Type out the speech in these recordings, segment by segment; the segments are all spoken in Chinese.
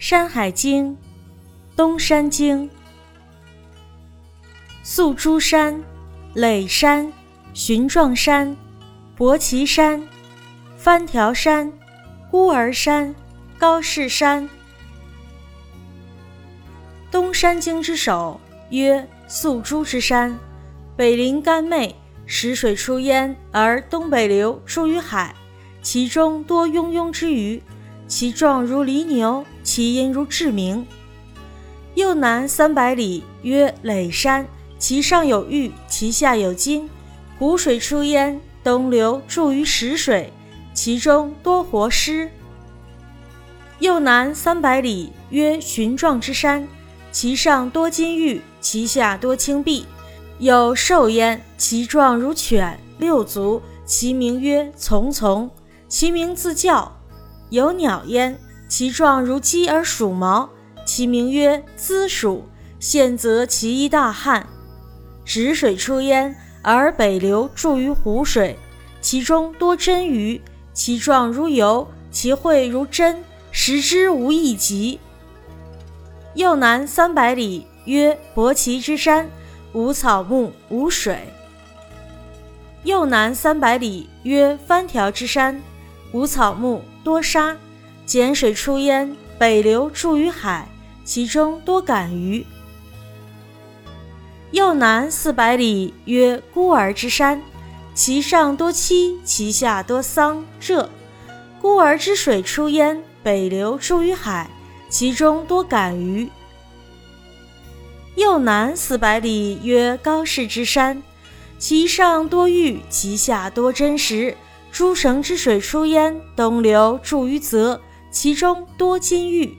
山海经，东山经。宿诸山、垒山、寻状山、伯奇山、翻条山、孤儿山、高士山。东山经之首，曰宿诸之山，北临甘昧，石水出焉，而东北流注于海，其中多庸庸之鱼，其状如犁牛，其音如雉鸣。右南300里，曰垒山，其上有玉，其下有金，湖水出焉，东流注于石水，其中多活尸。右南300里，曰寻状之山，其上多金玉，其下多青碧，有兽焉，其状如犬，6足，其名曰从从，其名自叫。有鸟焉，其状如鸡而属毛，其名曰资属，现则其一大旱。直水出焉，而北流注于湖水，其中多真鱼，其状如油，其喙如针，食之无一疾。右南300里，曰伯奇之山，无草木，无水。右南300里，曰翻条之山，无草木，多沙，碱水出焉，北流注于海，其中多杆鱼。右南400里，曰孤儿之山，其上多漆，其下多桑蛰，孤儿之水出焉，北流注于海，其中多杆鱼。右南400里，曰高士之山，其上多玉，其下多真石，诸绳之水出焉，东流注于泽，其中多金玉。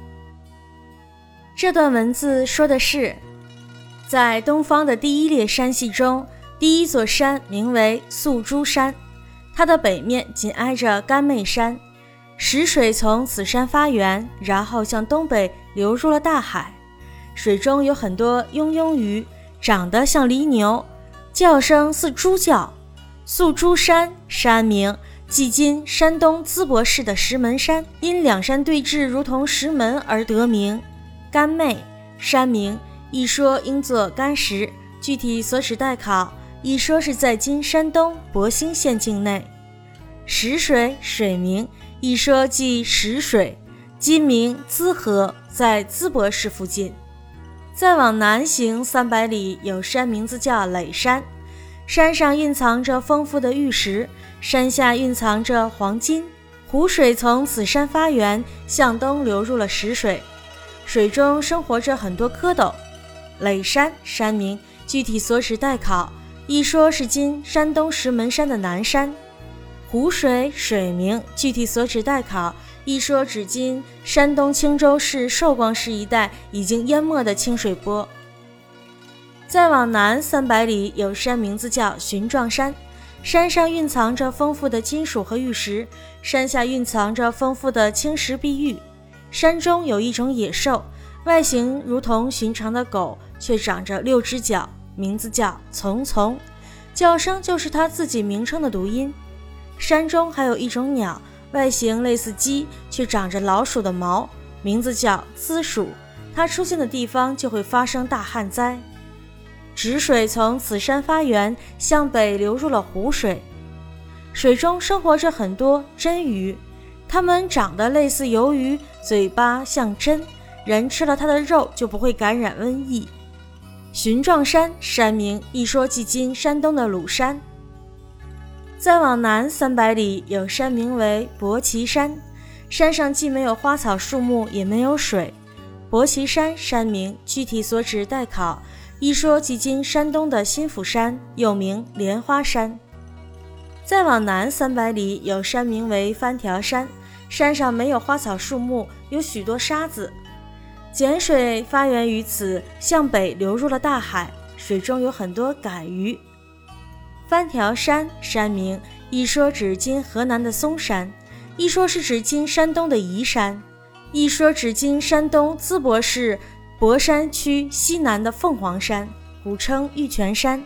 这段文字说的是，在东方的第一列山系中，第一座山名为宿诸山，它的北面紧挨着甘昧山，石水从此山发源，然后向东北流入了大海，水中有很多庸庸鱼，长得像犁牛，叫声似猪叫。宿诸山，山名，即今山东淄博市的石门山，因两山对峙如同石门而得名。甘昧，山名，一说应作干石，具体所指待考，一说是在今山东博兴县境内。石水，水名，一说即石水，今名淄河，在淄博市附近。再往南行300里，有山名字叫垒山，山上蕴藏着丰富的玉石，山下蕴藏着黄金，湖水从此山发源，向东流入了石水，水中生活着很多蝌蚪。垒山，山名，具体所指待考，一说是今山东石门山的南山。湖水，水名，具体所指待考，一说指今山东青州市寿光市一带已经淹没的清水波。再往南300里，有山名字叫寻状山，山上蕴藏着丰富的金属和玉石，山下蕴藏着丰富的青石碧玉。山中有一种野兽，外形如同寻常的狗，却长着6只脚，名字叫从从，叫声就是它自己名称的读音。山中还有一种鸟，外形类似鸡，却长着老鼠的毛，名字叫资属，它出现的地方就会发生大旱灾。直水从此山发源，向北流入了湖水，水中生活着很多真鱼，它们长得类似鱿鱼，嘴巴像针，人吃了它的肉就不会感染瘟疫。寻状山，山名，一说即今山东的鲁山。再往南300里，有山名为伯奇山，山上既没有花草树木，也没有水。伯奇山，山名，具体所指待考，一说即今山东的新府山，又名莲花山。再往南300里，有山名为翻条山，山上没有花草树木，有许多沙子，碱水发源于此，向北流入了大海，水中有很多杆鱼。翻条山，山名，一说指今河南的嵩山，一说是指今山东的宜山，一说指今山东淄博市博山区西南的凤凰山，古称玉泉山。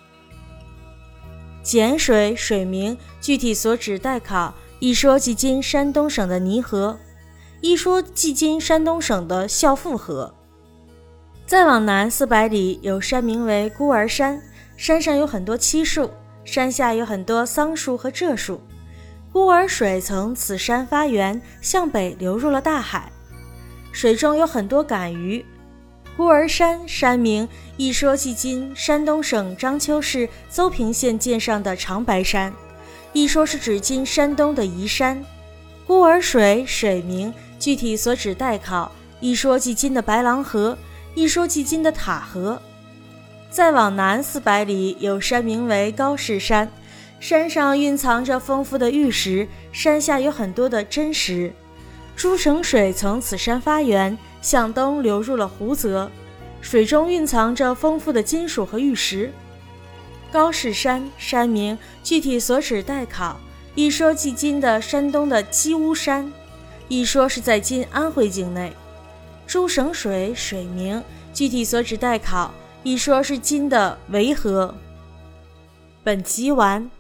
碱水，水名，具体所指待考，一说即今山东省的泥河。 一说即今山东省的孝妇河。再往南400里有山名为孤儿山，山上有很多漆树，山下有很多桑树和柘树。孤儿水从此山发源，向北流入了大海，水中有很多杆鱼。孤儿山山名一说即今山东省章丘市邹平县涧上的长白山，一说是指今山东的宜山。孤儿水水名具体所指待考，一说即今的白狼河，一说即今的塔河。再往南400里有山名为高士山，山上蕴藏着丰富的玉石，山下有很多的真石。诸省水从此山发源，向东流入了湖泽，水中蕴藏着丰富的金属和玉石。高士山山名具体所指待考，一说即今的山东的鸡屋山，一说是在今安徽境内。诸省水水名具体所指待考，一说是今的维河。本集完。